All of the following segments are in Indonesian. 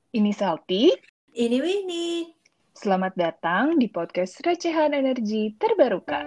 Ini Salty, Ini Winnie. selamat datang di podcast Recehan Energi Terbarukan.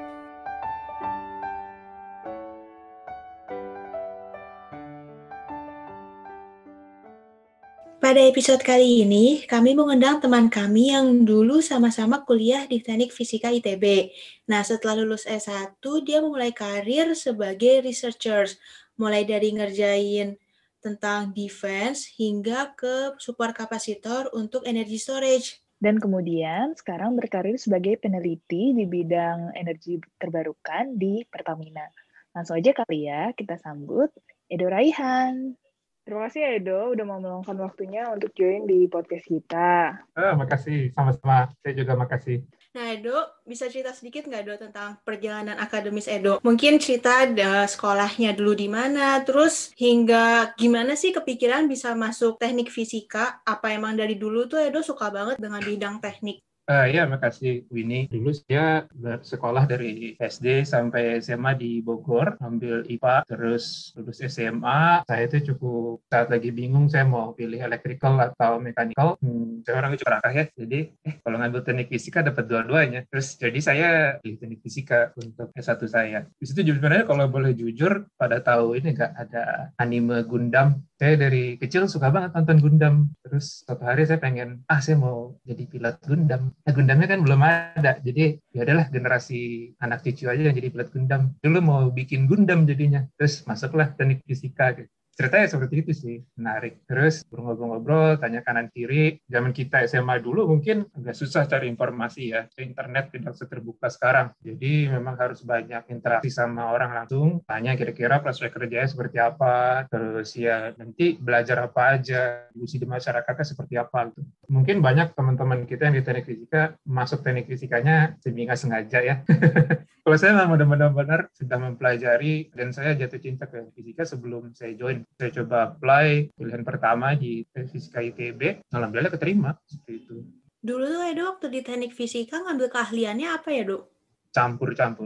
Pada episode kali ini, kami mengundang teman kami yang dulu sama-sama kuliah di Teknik Fisika ITB. Nah, setelah lulus S1, dia memulai karir sebagai researchers, mulai dari ngerjain tentang defense hingga ke support kapasitor untuk energy storage. Dan kemudian sekarang berkarir sebagai peneliti di bidang energi terbarukan di Pertamina. Langsung aja kali ya, kita sambut Edo Raihan. Terima kasih ya Edo, udah mau meluangkan waktunya untuk join di podcast kita. Makasih, sama-sama. Saya juga makasih. Nah, Edo, bisa cerita sedikit nggak, Edo, tentang perjalanan akademis Edo? Mungkin cerita sekolahnya dulu di mana, terus hingga gimana sih kepikiran bisa masuk teknik fisika? Apa emang dari dulu tuh Edo suka banget dengan bidang teknik? Ya, makasih Winnie. Dulu saya bersekolah dari SD sampai SMA di Bogor, ambil IPA, terus lulus SMA. Saya itu cukup saat lagi bingung saya mau pilih electrical atau mechanical. Saya orangnya cukup rakah ya, jadi kalau ngambil teknik fisika dapat dua-duanya. Terus jadi saya pilih teknik fisika untuk S1 saya. Di situ sebenarnya kalau boleh jujur, pada tahu ini nggak ada anime Gundam. Saya dari kecil suka banget nonton Gundam. Terus suatu hari saya pengen, saya mau jadi pilot Gundam. Nah, Gundamnya kan belum ada, jadi ya adalah generasi anak cucu aja yang jadi pilot Gundam. Dulu mau bikin Gundam jadinya, terus masuklah teknik fisika gitu. Ceritanya seperti itu sih, menarik. Terus ngobrol-ngobrol, tanya kanan kiri. Zaman kita SMA dulu mungkin agak susah cari informasi ya. Internet tidak seterbuka sekarang. Jadi memang harus banyak interaksi sama orang langsung. Tanya kira-kira prospek kerjanya seperti apa. Terus ya nanti belajar apa aja. Ilusi di masyarakatnya seperti apa gitu. Mungkin banyak teman-teman kita yang di teknik fisika masuk teknik fisikanya sehingga sengaja ya. Kalau saya memang benar-benar sudah mempelajari dan saya jatuh cinta ke fisika sebelum saya join. Saya coba apply pilihan pertama di Fisika ITB, alhamdulillah keterima seperti itu. Dulu tuh Edo waktu di teknik fisika ngambil keahliannya apa ya, Dok? Campur-campur.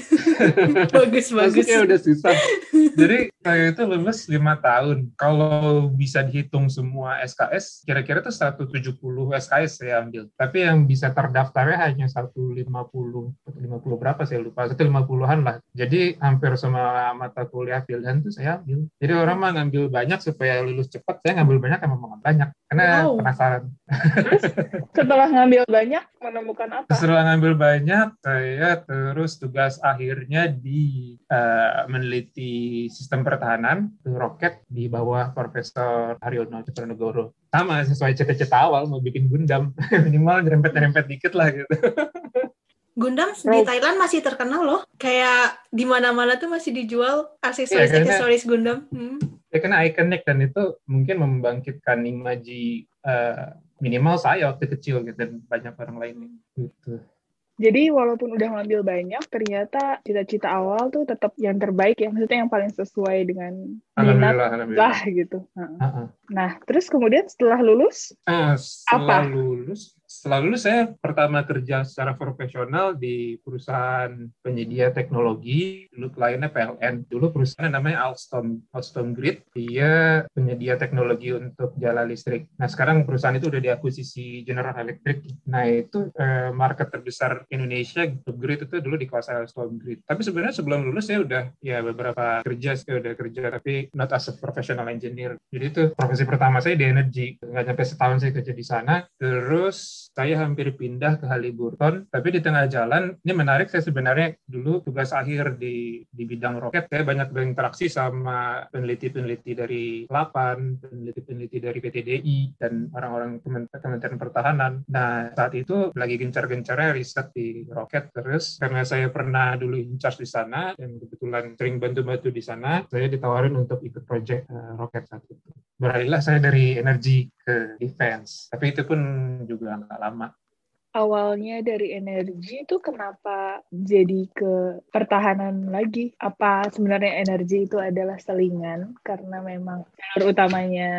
Bagus. Masuknya udah susah. Jadi saya itu lulus 5 tahun. Kalau bisa dihitung semua SKS, kira-kira tuh 170 SKS saya ambil. Tapi yang bisa terdaftarnya hanya 150 berapa saya lupa. 150-an lah. Jadi hampir semua mata kuliah pilihan tuh saya ambil. Jadi orang mah ngambil banyak supaya lulus cepat. Saya ngambil banyak emang mau banyak. Karena penasaran. Setelah ngambil banyak, menemukan apa? Setelah ngambil banyak, saya terus tugas akhirnya di meneliti sistem pertahanan roket di bawah Profesor Haryono Cokronegoro. Sama sesuai cita-cita awal mau bikin Gundam, minimal nyerempet-nyerempet dikit lah gitu. Gundam di Thailand masih terkenal loh. Kayak di mana-mana tuh masih dijual aksesoris Gundam. Ya karena ikonik dan itu mungkin membangkitkan imaji minimal saya waktu kecil gitu dan banyak orang lainnya gitu. Jadi walaupun udah ngambil banyak, ternyata cita-cita awal tuh tetap yang terbaik, yang maksudnya yang paling sesuai dengan minat lah gitu. Nah, terus kemudian setelah lulus, Setelah lulus saya pertama kerja secara profesional di perusahaan penyedia teknologi, dulu kliennya PLN. Dulu perusahaan namanya Alstom Grid, dia penyedia teknologi untuk jala listrik. Nah sekarang perusahaan itu udah diakuisisi General Electric. Nah itu market terbesar Indonesia, Grid itu dulu di kawasan Alstom Grid. Tapi sebenarnya sebelum lulus saya udah ya beberapa kerja, saya udah kerja tapi not as a professional engineer. Jadi itu profesi pertama saya di energi. Nggak sampai setahun saya kerja di sana. Terus saya hampir pindah ke Haliburton, tapi di tengah jalan, ini menarik, saya sebenarnya dulu tugas akhir di bidang roket, saya banyak berinteraksi sama peneliti-peneliti dari LAPAN, peneliti-peneliti dari PTDI, dan orang-orang Kementerian Pertahanan. Nah, saat itu lagi gencar-gencarnya riset di roket, terus karena saya pernah dulu in charge di sana, dan kebetulan sering bantu-bantu di sana, saya ditawarin untuk ikut project roket saat itu. Beralihlah saya dari energi ke defense, tapi itu pun juga nggak lama. Awalnya dari energi itu kenapa jadi ke pertahanan lagi? Apa sebenarnya energi itu adalah selingan karena memang jalur utamanya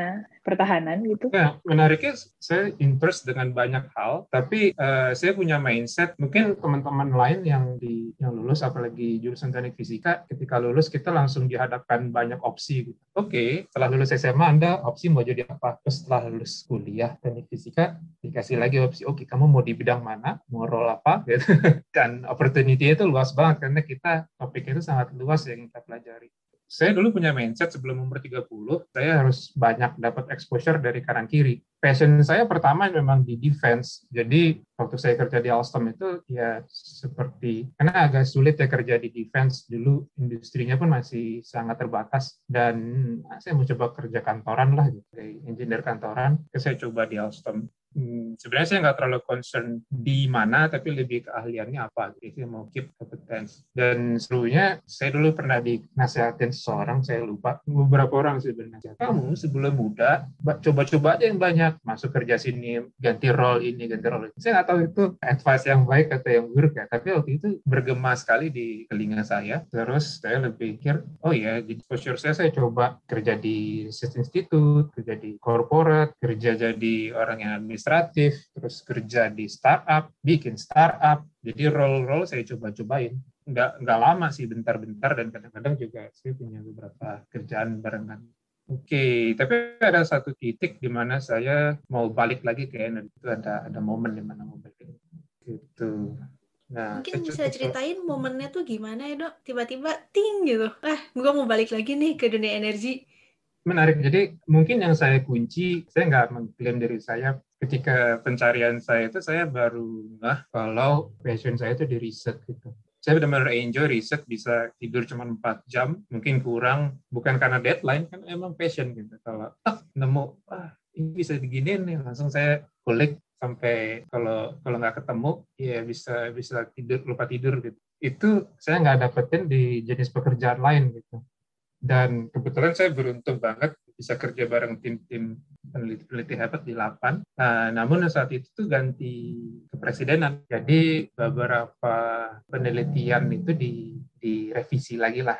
pertahanan gitu? Ya, menariknya saya interest dengan banyak hal, tapi saya punya mindset, mungkin teman-teman lain yang lulus, apalagi jurusan teknik fisika, ketika lulus kita langsung dihadapkan banyak opsi. Gitu. Oke, setelah lulus SMA Anda opsi mau jadi apa? Terus setelah lulus kuliah teknik fisika, dikasih lagi opsi, oke, kamu mau di bidang mana? Mau role apa? Gitu. Dan opportunity itu luas banget, karena topiknya itu sangat luas yang kita pelajari. Saya dulu punya mindset sebelum umur 30, saya harus banyak dapat exposure dari kanan kiri. Passion saya pertama memang di defense. Jadi waktu saya kerja di Alstom itu ya seperti, karena agak sulit ya kerja di defense dulu, industrinya pun masih sangat terbatas. Dan saya mau coba kerja kantoran lah, gitu. Engineer kantoran, saya coba di Alstom. Sebenarnya saya nggak terlalu concern di mana, tapi lebih ke ahliannya apa. Jadi saya mau keep competence. Dan serunya, saya dulu pernah dinasihatin seseorang, saya lupa, beberapa orang sih bernasihat. Kamu sebelum muda, coba-coba aja yang banyak. Masuk kerja sini, ganti role ini, ganti role ini. Saya nggak tahu itu advice yang baik atau yang buruk ya. Tapi waktu itu bergema sekali di telinga saya. Terus saya lebih pikir, oh ya, jadi for sure saya coba kerja di research institute, kerja di corporate, kerja jadi orang yang administratif, terus kerja di startup, bikin startup. Jadi role-role saya coba-cobain. Nggak lama sih, bentar-bentar, dan kadang-kadang juga saya punya beberapa kerjaan barengan. Oke, tapi ada satu titik di mana saya mau balik lagi ke energi. Itu ada momen di mana mau balik gitu. Nah, mungkin bisa ceritain momennya tuh gimana ya, Dok? Tiba-tiba ting gitu. Gue mau balik lagi nih ke dunia energi. Menarik. Jadi mungkin yang saya kunci, saya nggak mengklaim diri saya. Ketika pencarian saya itu, saya baru kalau passion saya itu di riset gitu. Saya benar-benar enjoy riset, bisa tidur cuma 4 jam, mungkin kurang, bukan karena deadline, kan emang passion gitu. Kalau nemu, ini bisa diginiin nih, langsung saya kulik sampai kalau nggak ketemu, ya bisa tidur, lupa tidur gitu. Itu saya nggak dapetin di jenis pekerjaan lain gitu. Dan kebetulan saya beruntung banget bisa kerja bareng tim-tim peneliti hebat di LAPAN. Namun saat itu tuh ganti kepresidenan. Jadi beberapa penelitian itu direvisi lagi lah.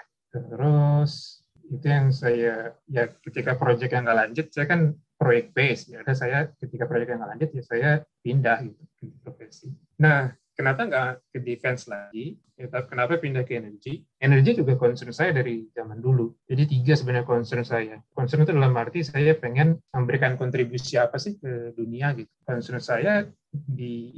Terus itu yang saya, ya ketika proyek yang nggak lanjut, saya kan proyek base. Ya saya ketika proyek yang nggak lanjut, ya saya pindah gitu ke profesi. Nah, kenapa nggak ke defense lagi? Ya, kenapa pindah ke energi? Energi juga concern saya dari zaman dulu. Jadi 3 sebenarnya concern saya. Concern itu dalam arti saya pengen memberikan kontribusi apa sih ke dunia gitu. Concern saya di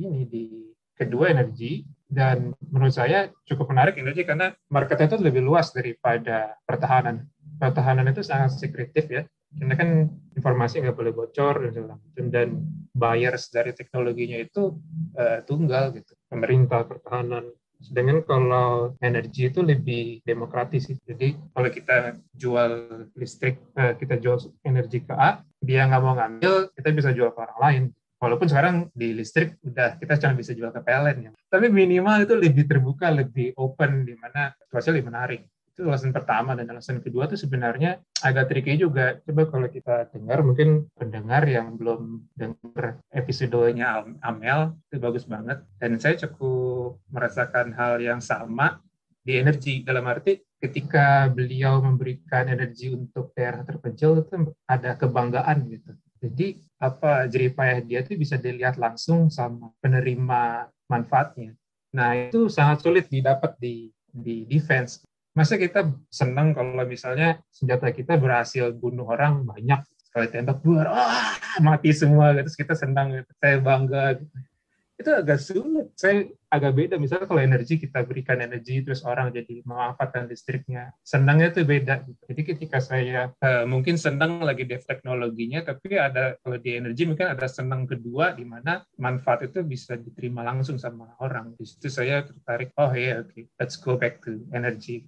kedua energi, dan menurut saya cukup menarik energi karena marketnya itu lebih luas daripada pertahanan. Pertahanan itu sangat sekretif ya, karena kan informasi nggak boleh bocor dan segala macam, dan buyers dari teknologinya itu tunggal gitu, pemerintah, pertahanan. Sedangkan kalau energi itu lebih demokratis. Jadi kalau kita jual listrik, kita jual energi ke A, dia nggak mau ngambil, kita bisa jual ke orang lain. Walaupun sekarang di listrik udah kita cuma bisa jual ke PLN ya. Tapi minimal itu lebih terbuka, lebih open, di mana situasinya lebih menarik. Itu alasan pertama. Dan alasan kedua itu sebenarnya agak tricky juga. Coba kalau kita dengar, mungkin pendengar yang belum dengar episodenya Amel, itu bagus banget. Dan saya cukup merasakan hal yang sama di energi. Dalam arti ketika beliau memberikan energi untuk daerah terpencil, itu ada kebanggaan gitu. Jadi apa jeripayah dia itu bisa dilihat langsung sama penerima manfaatnya. Nah, itu sangat sulit didapat di defense. Masa kita senang kalau misalnya senjata kita berhasil bunuh orang banyak, sekali tembak dua, mati semua, terus kita senang, saya bangga. Itu agak sulit. Saya agak beda. Misalnya kalau energi, kita berikan energi, terus orang jadi memanfaatkan listriknya. Senangnya itu beda. Jadi ketika saya mungkin senang lagi dev teknologinya, tapi ada kalau di energi mungkin ada senang kedua, di mana manfaat itu bisa diterima langsung sama orang. Di situ saya tertarik, let's go back to energy.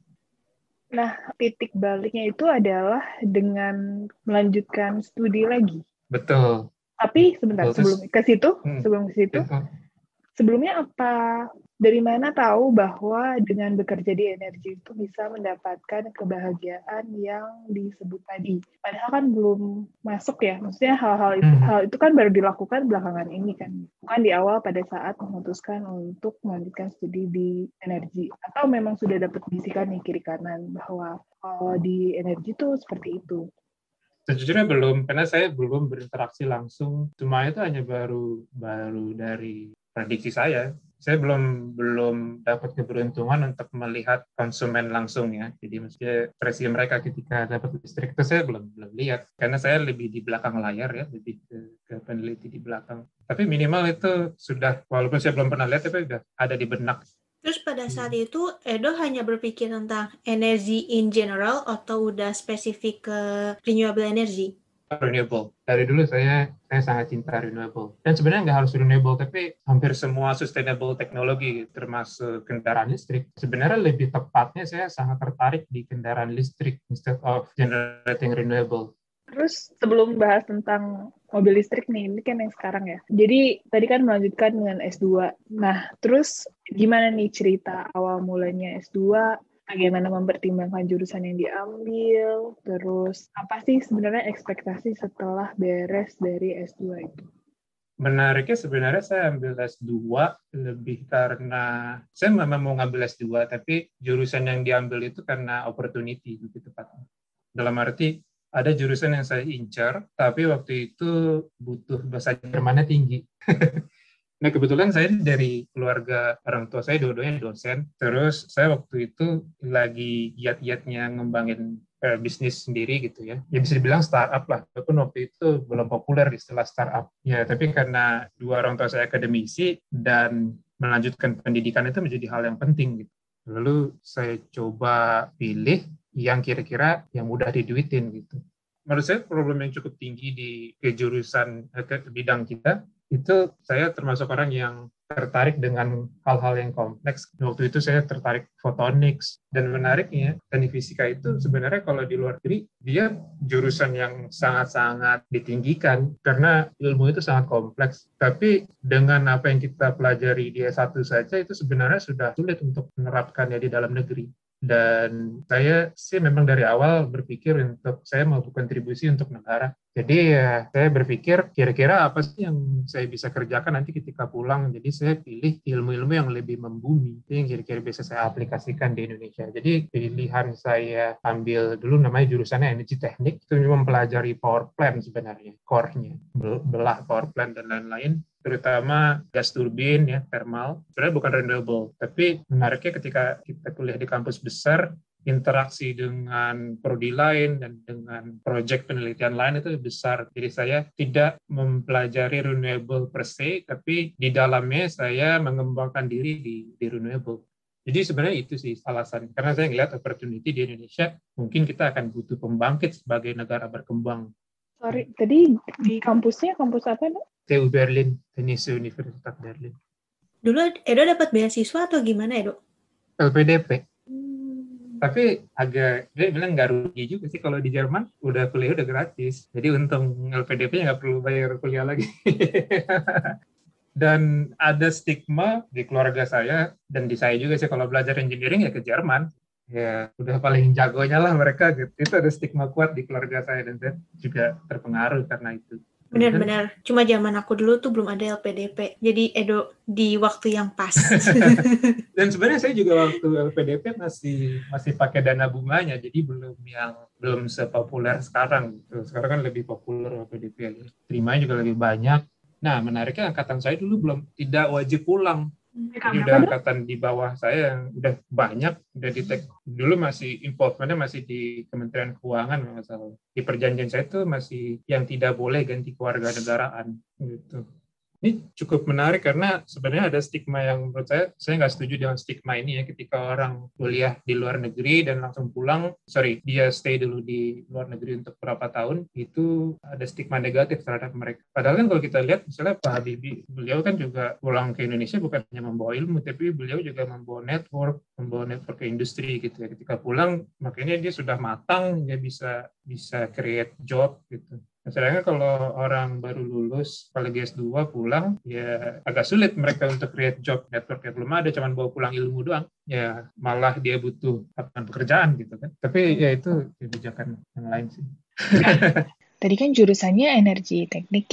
Nah, titik baliknya itu adalah dengan melanjutkan studi lagi. Betul. Tapi sebentar, sebelum ke situ, sebelumnya dari mana tahu bahwa dengan bekerja di energi itu bisa mendapatkan kebahagiaan yang disebut tadi? Padahal kan belum masuk ya, maksudnya hal itu kan baru dilakukan belakangan ini kan, bukan di awal pada saat memutuskan untuk melanjutkan studi di energi, atau memang sudah dapat bisikan nih kiri kanan bahwa di energi itu seperti itu? Sejujurnya belum, karena saya belum berinteraksi langsung. Cuma itu hanya baru dari prediksi saya. Saya belum dapat keberuntungan untuk melihat konsumen langsung ya. Jadi maksudnya ekspresi mereka ketika dapat listrik itu saya belum lihat. Karena saya lebih di belakang layar ya, lebih ke peneliti di belakang. Tapi minimal itu sudah, walaupun saya belum pernah lihat, tapi sudah ada di benak. Terus pada saat itu, Edo hanya berpikir tentang energi in general atau udah spesifik ke renewable energy? Renewable. Dari dulu saya sangat cinta renewable. Dan sebenarnya nggak harus renewable, tapi hampir semua sustainable teknologi, termasuk kendaraan listrik. Sebenarnya lebih tepatnya saya sangat tertarik di kendaraan listrik instead of generating renewable. Terus sebelum bahas tentang mobil listrik nih, ini kan yang sekarang ya. Jadi tadi kan melanjutkan dengan S2. Nah, terus gimana nih cerita awal mulanya S2? Bagaimana mempertimbangkan jurusan yang diambil? Terus apa sih sebenarnya ekspektasi setelah beres dari S2 itu? Menariknya sebenarnya saya ambil S2 lebih karena saya memang mau ngambil S2, tapi jurusan yang diambil itu karena opportunity, lebih tepatnya. Dalam arti, ada jurusan yang saya incar, tapi waktu itu butuh bahasa Jermannya tinggi. Nah, kebetulan saya dari keluarga orang tua saya dua-duanya dosen. Terus saya waktu itu lagi giat-giatnya ngembangin bisnis sendiri gitu ya. Ya bisa dibilang startup lah. Walaupun waktu itu belum populer istilah startup. Ya, tapi karena dua orang tua saya akademisi dan melanjutkan pendidikan itu menjadi hal yang penting gitu. Lalu saya coba pilih yang kira-kira yang mudah diduitin gitu. Menurut saya problem yang cukup tinggi di jurusan ke bidang kita itu saya termasuk orang yang tertarik dengan hal-hal yang kompleks. Waktu itu saya tertarik photonics. Dan menariknya, teknik fisika itu sebenarnya kalau di luar negeri, dia jurusan yang sangat-sangat ditinggikan karena ilmu itu sangat kompleks. Tapi dengan apa yang kita pelajari di S1 saja, itu sebenarnya sudah sulit untuk menerapkannya di dalam negeri. Dan saya sih memang dari awal berpikir untuk saya mau berkontribusi untuk negara. Jadi ya saya berpikir kira-kira apa sih yang saya bisa kerjakan nanti ketika pulang. Jadi saya pilih ilmu-ilmu yang lebih membumi, yang kira-kira bisa saya aplikasikan di Indonesia. Jadi pilihan saya ambil dulu namanya jurusannya energi teknik, itu mempelajari power plant sebenarnya, core-nya, belah power plant dan lain-lain, terutama gas turbin ya, thermal. Sebenarnya bukan renewable, tapi menariknya ketika kita kuliah di kampus besar, interaksi dengan prodi lain dan dengan proyek penelitian lain itu besar. Jadi saya tidak mempelajari renewable per se, tapi di dalamnya saya mengembangkan diri di renewable. Jadi sebenarnya itu sih alasan. Karena saya melihat opportunity di Indonesia, mungkin kita akan butuh pembangkit sebagai negara berkembang. Sorry, tadi di kampusnya kampus apa, Dok? TU Berlin, Technische Universität Berlin. Dulu Edo dapat beasiswa atau gimana, Edo? LPDP. Tapi agak, dia bilang nggak rugi juga sih kalau di Jerman udah kuliah udah gratis. Jadi untung LPDP-nya nggak perlu bayar kuliah lagi. Dan ada stigma di keluarga saya, dan di saya juga sih kalau belajar engineering ya ke Jerman. Ya udah paling jagonya lah mereka gitu. Itu ada stigma kuat di keluarga saya dan saya juga terpengaruh karena itu. Benar-benar. Cuma zaman aku dulu tuh belum ada LPDP. Jadi Edo di waktu yang pas. Dan sebenarnya saya juga waktu LPDP masih pakai dana bunganya, jadi belum sepopuler sekarang. Gitu. Sekarang kan lebih populer LPDP, terimanya juga lebih banyak. Nah, menariknya angkatan saya dulu tidak wajib pulang. Jadi udah angkatan di bawah saya yang udah banyak, udah dulu masih involvementnya masih di Kementerian Keuangan masalah. Di perjanjian saya itu masih yang tidak boleh ganti kewarganegaraan gitu. Ini cukup menarik karena sebenarnya ada stigma yang menurut saya nggak setuju dengan stigma ini ya, ketika orang kuliah di luar negeri dan langsung pulang, dia stay dulu di luar negeri untuk berapa tahun, itu ada stigma negatif terhadap mereka. Padahal kan kalau kita lihat misalnya Pak Habibie, beliau kan juga pulang ke Indonesia bukan hanya membawa ilmu, tapi beliau juga membawa network ke industri gitu ya. Ketika pulang, makanya dia sudah matang, dia bisa create job gitu. Sedangkan kalau orang baru lulus, apalagi S2 pulang, ya agak sulit mereka untuk create job, network-nya belum ada, cuma bawa pulang ilmu doang. Ya malah dia butuh pekerjaan gitu kan. Tapi ya itu kebijakan yang lain sih. Tadi kan jurusannya energi teknik ya.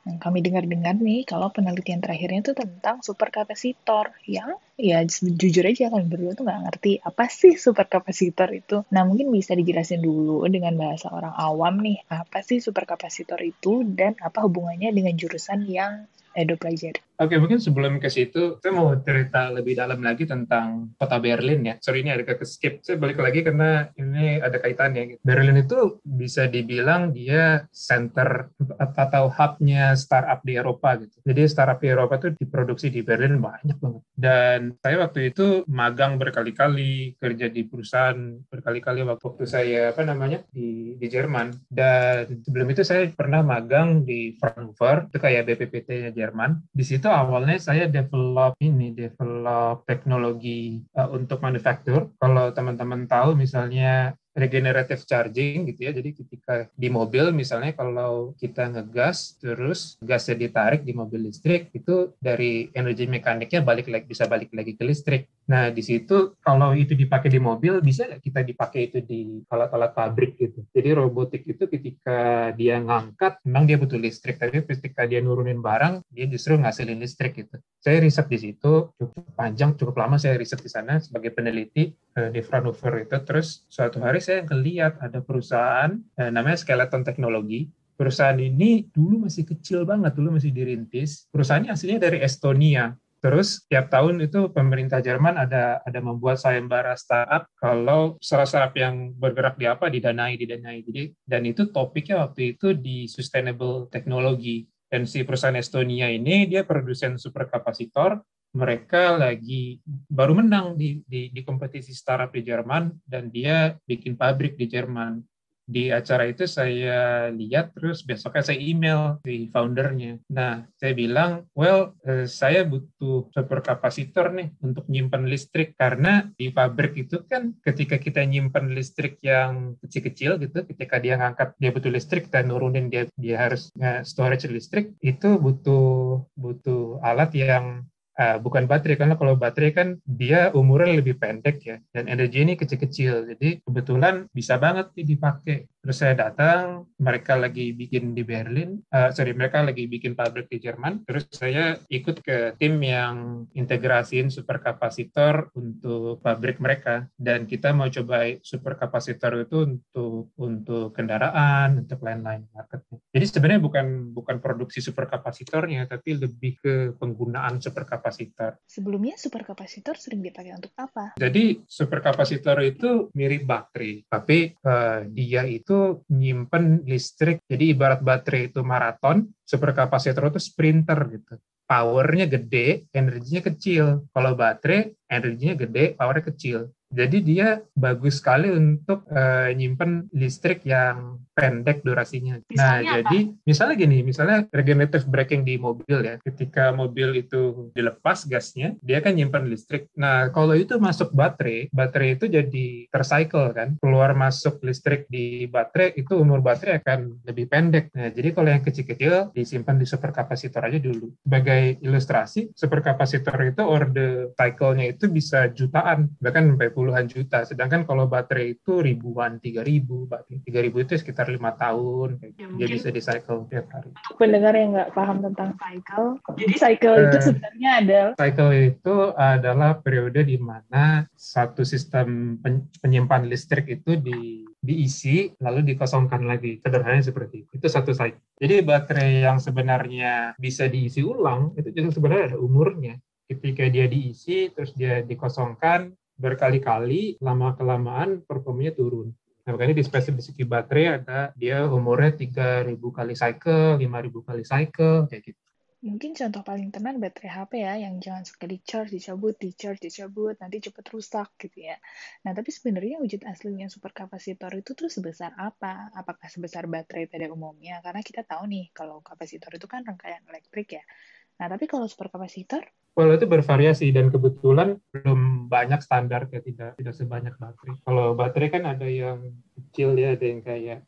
Nah, kami dengar-dengar nih kalau penelitian terakhirnya itu tentang superkapasitor yang ya jujur aja kami berdua tuh nggak ngerti apa sih superkapasitor itu. Nah mungkin bisa dijelasin dulu dengan bahasa orang awam nih apa sih superkapasitor itu dan apa hubungannya dengan jurusan yang Edo pelajari. Oke, mungkin sebelum ke situ, saya mau cerita lebih dalam lagi tentang kota Berlin ya. Sorry, ini agak ke-skip. Saya balik lagi karena ini ada kaitannya. Berlin itu bisa dibilang dia center atau hub-nya startup di Eropa gitu. Jadi startup di Eropa itu diproduksi di Berlin banyak banget. Dan saya waktu itu magang berkali-kali, kerja di perusahaan berkali-kali waktu saya di Jerman. Dan sebelum itu saya pernah magang di Frankfurt, itu kayak BPPT-nya Jerman. Di situ awalnya saya develop teknologi untuk manufaktur. Kalau teman-teman tahu misalnya regenerative charging gitu ya. Jadi ketika di mobil misalnya kalau kita ngegas terus gasnya ditarik di mobil listrik itu dari energi mekaniknya bisa balik lagi ke listrik. Nah, di situ kalau itu dipakai di mobil bisa nggak kita dipakai itu di alat-alat pabrik gitu. Jadi robotik itu ketika dia ngangkat memang dia butuh listrik, tapi ketika dia nurunin barang dia justru ngasilin listrik gitu. Saya riset di situ cukup lama saya riset di sana sebagai peneliti di Fraunhofer itu. Terus suatu hari saya ngeliat ada perusahaan namanya Skeleton Teknologi. Perusahaan ini dulu masih kecil banget, dulu masih dirintis. Perusahaannya aslinya dari Estonia. Terus tiap tahun itu pemerintah Jerman ada membuat sayembara startup kalau startup yang bergerak di apa didanai. Jadi dan itu topiknya waktu itu di sustainable technology. Dan si perusahaan Estonia ini dia produsen superkapasitor, mereka lagi baru menang di kompetisi startup di Jerman dan dia bikin pabrik di Jerman. Di acara itu saya lihat terus besoknya saya email di foundernya. Nah, saya bilang, saya butuh superkapasitor nih untuk nyimpan listrik karena di pabrik itu kan ketika kita nyimpan listrik yang kecil-kecil gitu, ketika dia ngangkat dia butuh listrik dan nurunin dia harus storage listrik itu butuh alat yang bukan baterai, karena kalau baterai kan dia umurnya lebih pendek ya, dan energi ini kecil-kecil, jadi kebetulan bisa banget nih dipakai. Terus saya datang, mereka lagi bikin di Berlin, mereka lagi bikin pabrik di Jerman, terus saya ikut ke tim yang integrasiin superkapasitor untuk pabrik mereka, dan kita mau coba superkapasitor itu untuk kendaraan, untuk lain-lain marketnya. Jadi sebenarnya bukan produksi superkapasitornya, tapi lebih ke penggunaan superkapasitor. Sebelumnya superkapasitor sering dipakai untuk apa? Jadi superkapasitor itu mirip baterai, tapi dia itu nyimpen listrik. Jadi ibarat baterai itu maraton, superkapasitor itu sprinter gitu. Powernya gede, energinya kecil. Kalau baterai, energinya gede, powernya kecil. Jadi dia bagus sekali untuk nyimpen listrik yang pendek durasinya. Misalnya apa? Misalnya regenerative braking di mobil ya. Ketika mobil itu dilepas gasnya, dia kan nyimpen listrik. Nah, kalau itu masuk baterai itu jadi tercycle kan. Keluar masuk listrik di baterai, itu umur baterai akan lebih pendek. Nah, jadi kalau yang kecil-kecil disimpan di superkapasitor aja dulu. Sebagai ilustrasi, superkapasitor itu order cycle-nya itu bisa jutaan, bahkan sampai puluhan juta. Sedangkan kalau baterai itu ribuan, 3.000. 3.000 itu sekitar 5 tahun. Ya, Dia mungkin bisa di cycle tiap hari. Untuk pendengar yang nggak paham tentang cycle, jadi cycle itu sebenarnya cycle itu adalah periode di mana satu sistem penyimpan listrik itu diisi lalu dikosongkan lagi. Sederhananya seperti itu. Itu satu cycle. Jadi baterai yang sebenarnya bisa diisi ulang itu juga sebenarnya ada umurnya. Ketika dia diisi terus dia dikosongkan berkali-kali, lama-kelamaan performanya turun. Nah, makanya di spesifikasi baterai ada dia umurnya 3.000 kali cycle, 5.000 kali cycle, kayak gitu. Mungkin contoh paling tenar baterai HP ya, yang jangan sekali charge, dicabut, nanti cepat rusak gitu ya. Nah, tapi sebenarnya wujud aslinya superkapasitor itu tuh sebesar apa? Apakah sebesar baterai pada umumnya? Karena kita tahu nih, kalau kapasitor itu kan rangkaian elektrik ya. Nah, tapi kalau superkapasitor? Kalau itu bervariasi dan kebetulan belum banyak standarnya, tidak sebanyak baterai. Kalau baterai kan ada yang kecil ya, ada yang kayak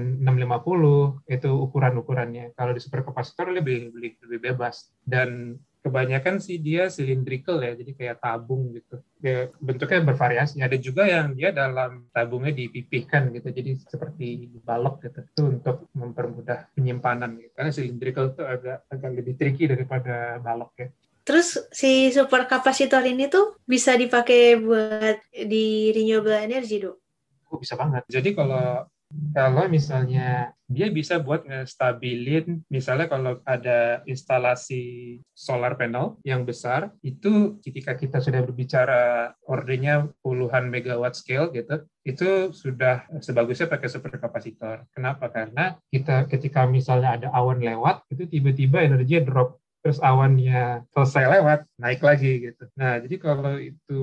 18650 itu ukuran-ukurannya. Kalau di superkapasitor lebih bebas. Dan Kebanyakan sih dia cylindrical ya, jadi kayak tabung gitu. Dia bentuknya bervariasi. Ada juga yang dia dalam tabungnya dipipihkan gitu, jadi seperti balok gitu. Itu untuk mempermudah penyimpanan gitu. Karena cylindrical itu agak lebih tricky daripada balok ya. Terus si superkapasitor ini tuh bisa dipakai buat di renewable energy, Dok? Oh, bisa banget. Jadi kalau misalnya dia bisa buat ngestabilin, misalnya kalau ada instalasi solar panel yang besar, itu ketika kita sudah berbicara ordernya puluhan megawatt scale gitu, itu sudah sebagusnya pakai superkapasitor. Kenapa? Karena kita ketika misalnya ada awan lewat, itu tiba-tiba energinya drop. Terus awannya selesai lewat, naik lagi gitu. Nah, jadi kalau itu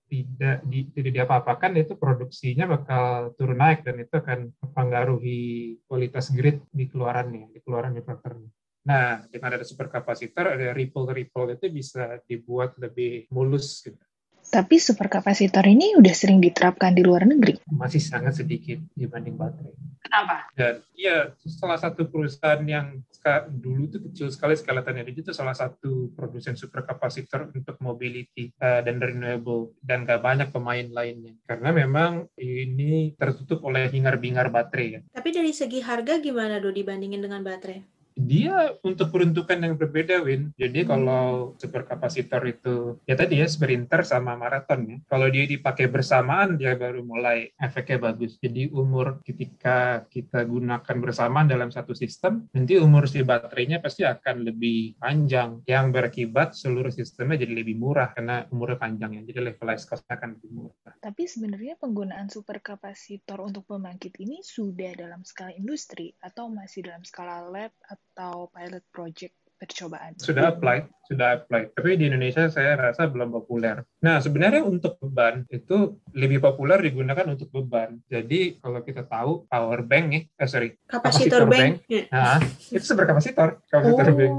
tidak diapa-apakan, itu produksinya bakal turun naik dan itu akan mempengaruhi kualitas grid di keluaran inverternya. Nah, dengan ada superkapasitor, ada ripple itu bisa dibuat lebih mulus gitu. Tapi superkapasitor ini udah sering diterapkan di luar negeri. Masih sangat sedikit dibanding baterai. Kenapa? Dan ya, salah satu perusahaan yang dulu itu kecil sekali skala energi itu salah satu produsen superkapasitor untuk mobility dan renewable, dan gak banyak pemain lainnya. Karena memang ini tertutup oleh hingar-bingar baterai. Ya. Tapi dari segi harga gimana, Do, dibandingin dengan baterai? Dia untuk peruntukan yang berbeda, Win. Jadi kalau superkapasitor itu, ya tadi ya sprinter sama maraton ya. Kalau dia dipakai bersamaan, dia baru mulai efeknya bagus. Jadi umur ketika kita gunakan bersamaan dalam satu sistem, nanti umur si baterainya pasti akan lebih panjang. Yang berakibat seluruh sistemnya jadi lebih murah karena umurnya panjang ya. Jadi levelized cost-nya akan lebih murah. Tapi sebenarnya penggunaan superkapasitor untuk pembangkit ini sudah dalam skala industri atau masih dalam skala lab atau pilot project percobaan? Sudah apply. Tapi di Indonesia saya rasa belum populer. Nah, sebenarnya untuk beban itu lebih populer digunakan untuk beban. Jadi kalau kita tahu power bank Kapasitor bank. Nah, itu superkapasitor. Kapasitor bank.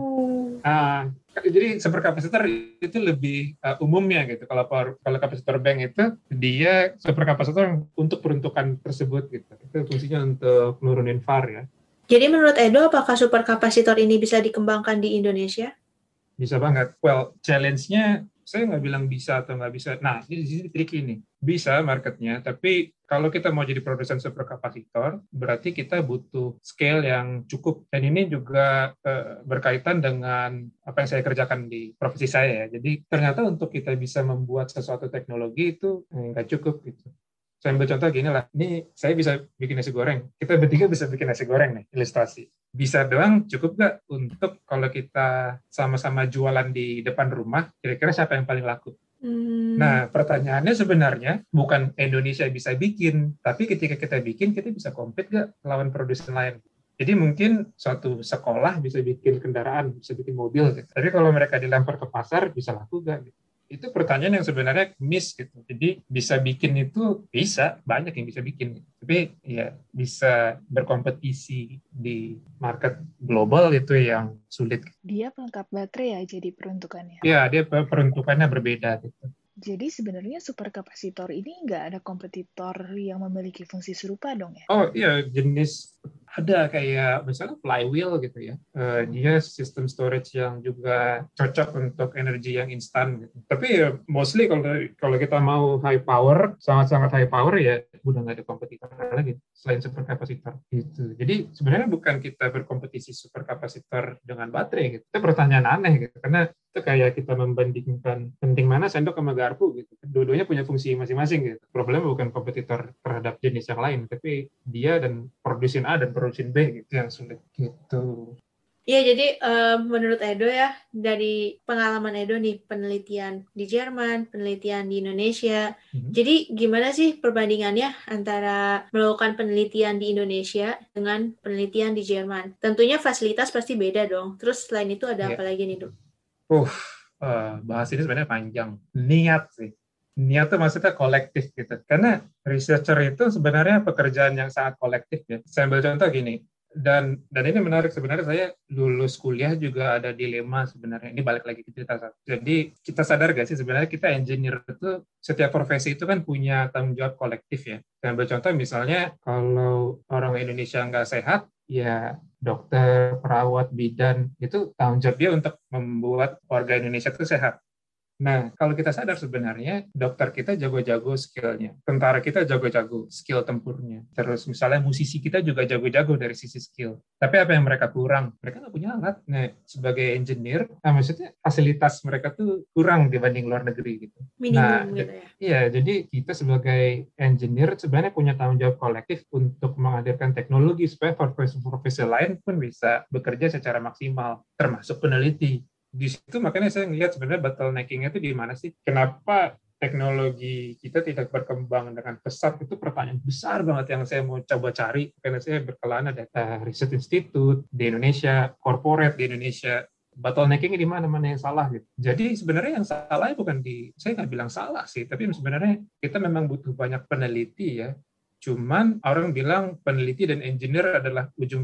Jadi superkapasitor itu lebih umumnya gitu. Kalau kapasitor bank itu dia superkapasitor untuk peruntukan tersebut gitu. Itu fungsinya untuk nurunin VAR ya. Jadi menurut Edo, apakah superkapasitor ini bisa dikembangkan di Indonesia? Bisa banget. Well, challenge-nya saya nggak bilang bisa atau nggak bisa. Nah, ini di sini tricky nih. Bisa marketnya, tapi kalau kita mau jadi produsen superkapasitor, berarti kita butuh scale yang cukup. Dan ini juga berkaitan dengan apa yang saya kerjakan di profesi saya ya. Jadi ternyata untuk kita bisa membuat sesuatu teknologi itu nggak cukup gitu. Saya ambil contoh gini lah, ini saya bisa bikin nasi goreng, kita bertiga bisa bikin nasi goreng nih, ilustrasi. Bisa doang cukup nggak untuk kalau kita sama-sama jualan di depan rumah, kira-kira siapa yang paling laku? Nah, pertanyaannya sebenarnya bukan Indonesia bisa bikin, tapi ketika kita bikin, kita bisa compete nggak lawan produsen lain? Jadi mungkin suatu sekolah bisa bikin kendaraan, bisa bikin mobil, gitu. Tapi kalau mereka dilempar ke pasar, bisa laku nggak? Gitu. Itu pertanyaan yang sebenarnya miss gitu. Jadi bisa bikin itu bisa, banyak yang bisa bikin. Tapi ya bisa berkompetisi di market global itu yang sulit. Dia pelengkap baterai ya jadi peruntukannya? Ya, dia peruntukannya berbeda gitu. Jadi sebenarnya superkapasitor ini nggak ada kompetitor yang memiliki fungsi serupa dong ya? Oh iya, jenis ada kayak misalnya flywheel gitu ya. Dia sistem storage yang juga cocok untuk energi yang instan gitu. Tapi ya mostly kalau kita mau high power, sangat-sangat high power ya udah nggak ada kompetitor lagi selain superkapasitor gitu. Jadi sebenarnya bukan kita berkompetisi superkapasitor dengan baterai gitu. Itu pertanyaan aneh gitu karena itu kayak kita membandingkan penting mana sendok sama garpu gitu. Dua-duanya punya fungsi masing-masing gitu. Problemnya bukan kompetitor terhadap jenis yang lain, tapi dia dan produsen A dan produsen B gitu yang sulit gitu. Iya, jadi menurut Edo ya, dari pengalaman Edo nih, penelitian di Jerman, penelitian di Indonesia, jadi gimana sih perbandingannya antara melakukan penelitian di Indonesia dengan penelitian di Jerman? Tentunya fasilitas pasti beda dong. Terus selain itu ada apa lagi nih, Dok? Bahas ini sebenarnya panjang. Niat sih. Niat itu maksudnya kolektif gitu. Karena researcher itu sebenarnya pekerjaan yang sangat kolektif ya. Saya ambil contoh gini. Dan ini menarik sebenarnya, saya lulus kuliah juga ada dilema sebenarnya. Ini balik lagi ke cerita saya. Jadi kita sadar gak sih sebenarnya kita engineer itu setiap profesi itu kan punya tanggung jawab kolektif ya. Saya ambil contoh misalnya kalau orang Indonesia nggak sehat, ya dokter, perawat, bidan, itu tanggung jawab dia untuk membuat warga Indonesia itu sehat. Nah, kalau kita sadar sebenarnya dokter kita jago-jago skillnya, tentara kita jago-jago skill tempurnya, terus misalnya musisi kita juga jago-jago dari sisi skill. Tapi apa yang mereka kurang? Mereka nggak punya alat. Nah, sebagai engineer, maksudnya fasilitas mereka tuh kurang dibanding luar negeri gitu. Nah, Minimum gitu ya. iya, jadi kita sebagai engineer sebenarnya punya tanggung jawab kolektif untuk menghadirkan teknologi supaya profesi lain pun bisa bekerja secara maksimal, termasuk peneliti. Di situ makanya saya ngelihat sebenarnya bottlenecking-nya itu di mana sih? Kenapa teknologi kita tidak berkembang dengan pesat? Itu pertanyaan besar banget yang saya mau coba cari, karena saya berkelana data Research Institute di Indonesia, corporate di Indonesia, bottlenecking di mana-mana yang salah gitu. Jadi sebenarnya yang salah bukan saya nggak bilang salah sih, tapi sebenarnya kita memang butuh banyak peneliti ya. Cuman orang bilang peneliti dan engineer adalah ujung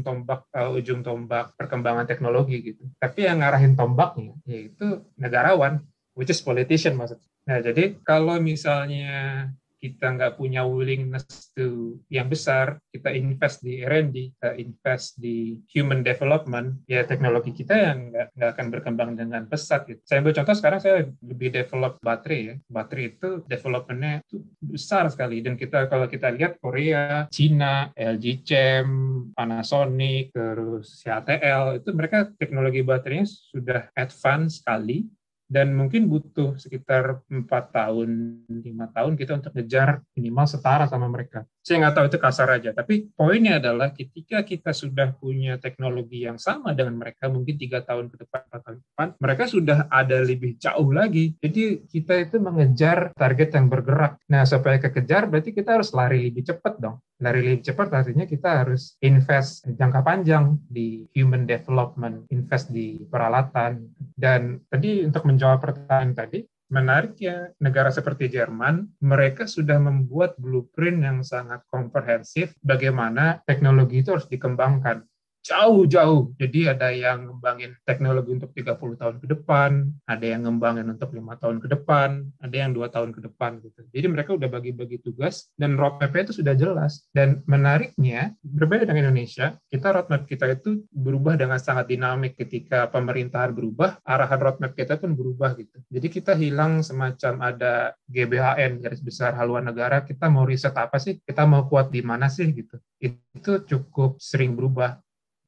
tombak perkembangan teknologi gitu. Tapi yang ngarahin tombaknya yaitu negarawan, which is politician maksudnya. Nah, jadi kalau misalnya kita nggak punya willingness to yang besar, kita invest di R&D, kita invest di human development, ya teknologi kita yang nggak akan berkembang dengan pesat. Gitu. Saya ambil contoh sekarang saya lebih develop baterai ya. Baterai itu development-nya itu besar sekali. Dan kalau kita lihat Korea, Cina, LG Chem, Panasonic, terus CATL, itu mereka teknologi baterainya sudah advance sekali. Dan mungkin butuh sekitar 4 tahun, 5 tahun kita untuk ngejar minimal setara sama mereka. Saya nggak tahu itu kasar aja, tapi poinnya adalah ketika kita sudah punya teknologi yang sama dengan mereka, mungkin 3 tahun ke depan, 4 tahun ke depan, mereka sudah ada lebih jauh lagi. Jadi kita itu mengejar target yang bergerak. Nah, supaya kekejar, berarti kita harus lari lebih cepat dong. Lari lebih cepat artinya kita harus invest jangka panjang di human development, invest di peralatan. Dan tadi untuk menjawab pertanyaan tadi, menarik ya, negara seperti Jerman, mereka sudah membuat blueprint yang sangat komprehensif bagaimana teknologi itu harus dikembangkan. Jauh-jauh. Jadi ada yang ngembangin teknologi untuk 30 tahun ke depan, ada yang ngembangin untuk 5 tahun ke depan, ada yang 2 tahun ke depan. Gitu. Jadi mereka udah bagi-bagi tugas, dan roadmap-nya itu sudah jelas. Dan menariknya, berbeda dengan Indonesia, roadmap kita itu berubah dengan sangat dinamik. Ketika pemerintahan berubah, arahan roadmap kita pun berubah. Gitu. Jadi kita hilang semacam ada GBHN, garis besar haluan negara, kita mau riset apa sih? Kita mau kuat di mana sih? Gitu. Itu cukup sering berubah.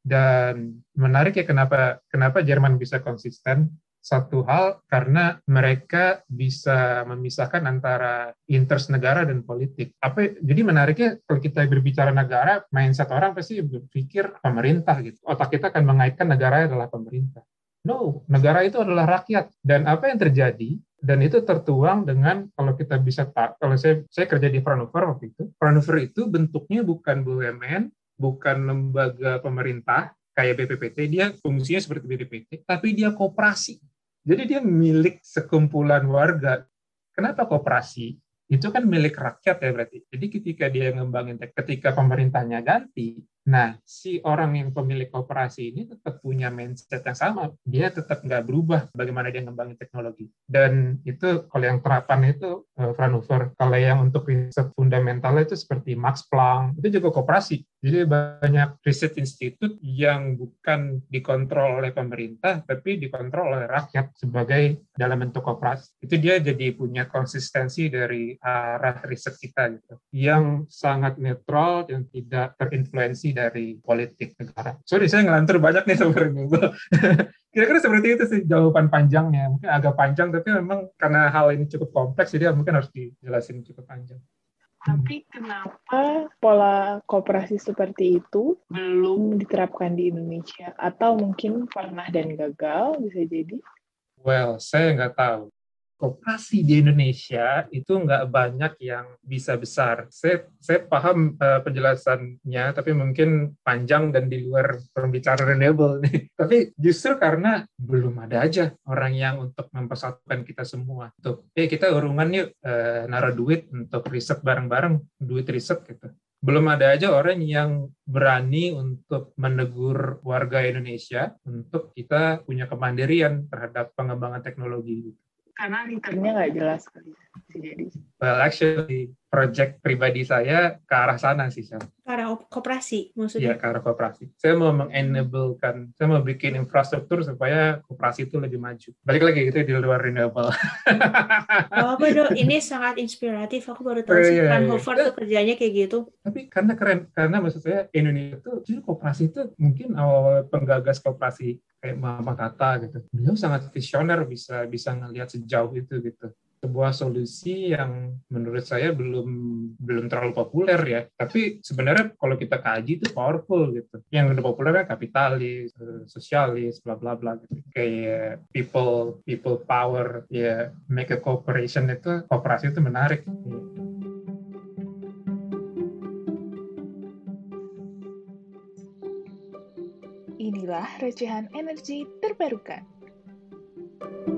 Dan menarik ya kenapa Jerman bisa konsisten. Satu hal karena mereka bisa memisahkan antara interest negara dan politik. Jadi menariknya kalau kita berbicara negara, mindset orang pasti berpikir pemerintah gitu. Otak kita akan mengaitkan negara adalah pemerintah. No, negara itu adalah rakyat. Dan apa yang terjadi? Dan itu tertuang dengan kalau kita bisa kalau saya kerja di Fraunhofer waktu itu. Fraunhofer itu bentuknya bukan BUMN, bukan lembaga pemerintah kayak BPPT, dia fungsinya seperti BPPT, tapi dia koperasi. Jadi dia milik sekumpulan warga. Kenapa koperasi? Itu kan milik rakyat ya berarti. Jadi ketika pemerintahnya ganti, nah si orang yang pemilik koperasi ini tetap punya mindset yang sama. Dia tetap nggak berubah bagaimana dia ngembangin teknologi. Dan itu kalau yang terapan itu Fraunhofer. Kalau yang untuk riset fundamentalnya itu seperti Max Planck, itu juga koperasi. Jadi banyak riset institut yang bukan dikontrol oleh pemerintah, tapi dikontrol oleh rakyat sebagai dalam bentuk koperasi. Itu dia jadi punya konsistensi dari arah riset kita gitu, yang sangat netral, yang tidak terinfluensi dari politik negara. Sorry, saya ngelantur banyak nih sebenarnya. Kira-kira seperti itu sih jawaban panjangnya. Mungkin agak panjang, tapi memang karena hal ini cukup kompleks, jadi mungkin harus dijelasin cukup panjang. Tapi kenapa pola koperasi seperti itu belum diterapkan di Indonesia? Atau mungkin pernah dan gagal, bisa jadi? Well, saya nggak tahu. Koperasi di Indonesia itu nggak banyak yang bisa besar. Saya paham penjelasannya, tapi mungkin panjang dan di luar pembicaraan renewable nih. Tapi justru karena belum ada aja orang yang untuk mempersatukan kita semua. Untuk kita urungan yuk naruh duit untuk riset bareng-bareng, duit riset gitu. Belum ada aja orang yang berani untuk menegur warga Indonesia untuk kita punya kemandirian terhadap pengembangan teknologi. Karena liternya nggak jelas kali. Jadi. Well, actually, project pribadi saya ke arah sana sih, Sam. Para koperasi Iya, maksudnya. ke arah koperasi. Saya mau mengenablekan, saya mau bikin infrastruktur supaya koperasi itu lebih maju. Balik lagi itu di luar renewable. Apa dong, ini sangat inspiratif. Aku baru tahu Oh, sih iya, Van iya. Hofer tuh kerjanya kayak gitu. Tapi karena keren, karena maksud saya Indonesia itu justru koperasi itu mungkin awal penggagas koperasi kayak Mama Tata gitu. Beliau sangat visioner, bisa ngelihat sejauh itu gitu. Sebuah solusi yang menurut saya belum terlalu populer ya. Tapi sebenarnya kalau kita kaji itu powerful gitu. Yang udah populer kan kapitalis, sosialis, bla bla bla gitu. Kayak people power, ya make a cooperation itu, kooperasi itu menarik. Inilah recehan energi terbarukan.